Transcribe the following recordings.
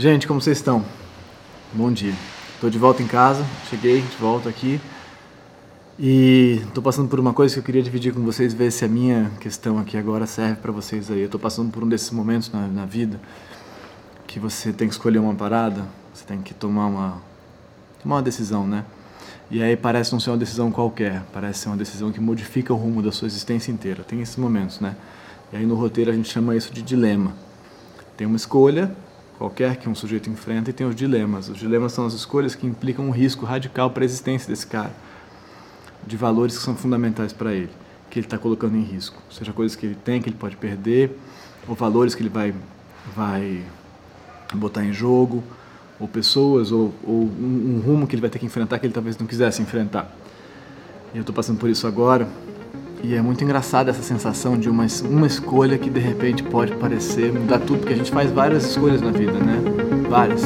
Gente, como vocês estão? Bom dia. Estou de volta em casa, cheguei de volta aqui e estou passando por uma coisa que eu queria dividir com vocês, ver se a minha questão aqui agora serve para vocês aí. Eu estou passando por um desses momentos na vida que você tem que escolher uma parada, você tem que tomar uma decisão, né? E aí parece não ser uma decisão qualquer, parece ser uma decisão que modifica o rumo da sua existência inteira. Tem esses momentos, né? E aí no roteiro a gente chama isso de dilema. Tem uma escolha qualquer que um sujeito enfrenta e tem os dilemas. Os dilemas são as escolhas que implicam um risco radical para a existência desse cara, de valores que são fundamentais para ele, que ele está colocando em risco. Seja coisas que ele tem, que ele pode perder, ou valores que ele vai botar em jogo, ou pessoas, ou um rumo que ele vai ter que enfrentar que ele talvez não quisesse enfrentar. E eu estou passando por isso agora, e é muito engraçada essa sensação de uma escolha que de repente pode parecer mudar tudo, porque a gente faz várias escolhas na vida, né? Várias.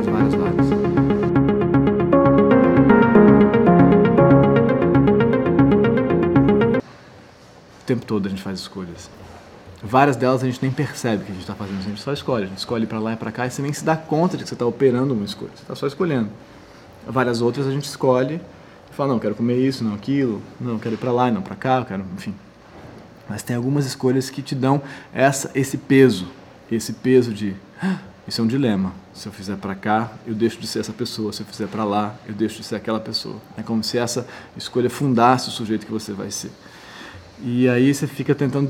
O tempo todo a gente faz escolhas. Várias delas a gente nem percebe que a gente está fazendo, a gente só escolhe. A gente escolhe para lá e para cá e você nem se dá conta de que você está operando uma escolha, você está só escolhendo. Várias outras a gente escolhe e fala, não, quero comer isso, não aquilo, não, quero ir para lá e não para cá, eu quero, enfim. Mas tem algumas escolhas que te dão esse peso de, isso é um dilema. Se eu fizer para cá, eu deixo de ser essa pessoa, se eu fizer para lá, eu deixo de ser aquela pessoa. É como se essa escolha fundasse o sujeito que você vai ser. E aí você fica tentando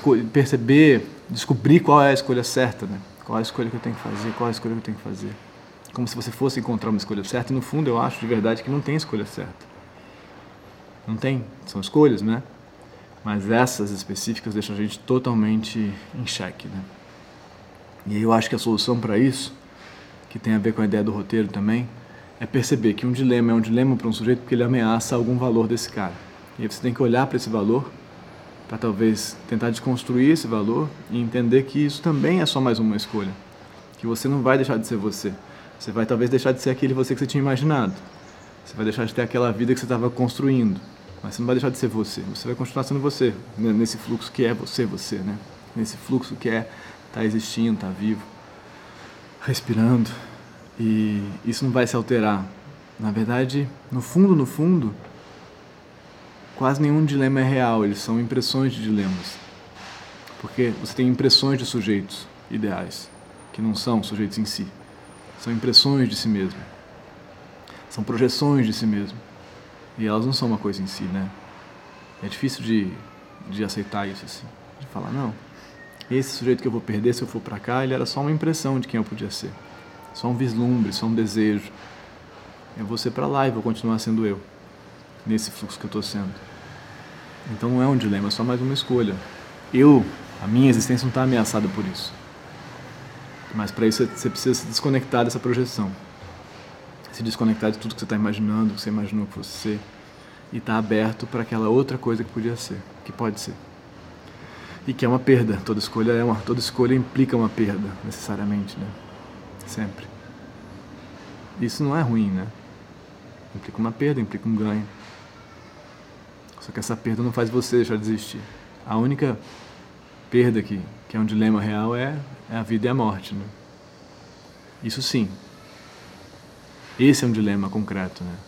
descobrir qual é a escolha certa, né? Qual é a escolha que eu tenho que fazer, qual é a escolha que eu tenho que fazer. Como se você fosse encontrar uma escolha certa, e no fundo eu acho de verdade que não tem escolha certa. Não tem, são escolhas, né? Mas essas específicas deixam a gente totalmente em xeque, né? E aí eu acho que a solução para isso, que tem a ver com a ideia do roteiro também, é perceber que um dilema é um dilema para um sujeito porque ele ameaça algum valor desse cara. E aí você tem que olhar para esse valor, para talvez tentar desconstruir esse valor e entender que isso também é só mais uma escolha. Que você não vai deixar de ser você. Você vai talvez deixar de ser aquele você que você tinha imaginado. Você vai deixar de ter aquela vida que você estava construindo. Mas você não vai deixar de ser você. Você vai continuar sendo você, nesse fluxo que é você, né? Nesse fluxo que é estar existindo, estar vivo, respirando. E isso não vai se alterar. Na verdade, no fundo, quase nenhum dilema é real, eles são impressões de dilemas. Porque você tem impressões de sujeitos ideais, que não são sujeitos em si. São impressões de si mesmo. São projeções de si mesmo. E elas não são uma coisa em si, né? É difícil de aceitar isso assim. De falar, não, esse sujeito que eu vou perder se eu for pra cá, ele era só uma impressão de quem eu podia ser. Só um vislumbre, só um desejo. Eu vou ser pra lá e vou continuar sendo eu. Nesse fluxo que eu estou sendo. Então não é um dilema, é só mais uma escolha. A minha existência não está ameaçada por isso. Mas para isso você precisa se desconectar dessa projeção. Se desconectar de tudo que você está imaginando, que você imaginou que fosse ser. E estar aberto para aquela outra coisa que podia ser, que pode ser. E que é uma perda. Toda escolha implica uma perda, necessariamente, né? Sempre. Isso não é ruim, né? Implica uma perda, implica um ganho. Só que essa perda não faz você deixar de existir. A única perda que é um dilema real é a vida e a morte, né? Isso sim. Esse é um dilema concreto, né?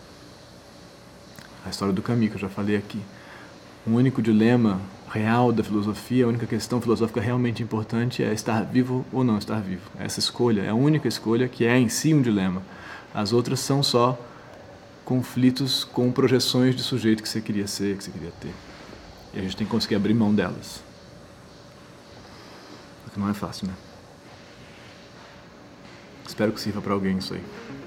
A história do caminho que eu já falei aqui. O único dilema real da filosofia, a única questão filosófica realmente importante é estar vivo ou não estar vivo. Essa escolha é a única escolha que é em si um dilema. As outras são só conflitos com projeções de sujeito que você queria ser, que você queria ter. E a gente tem que conseguir abrir mão delas. Porque não é fácil, né? Espero que sirva para alguém isso aí.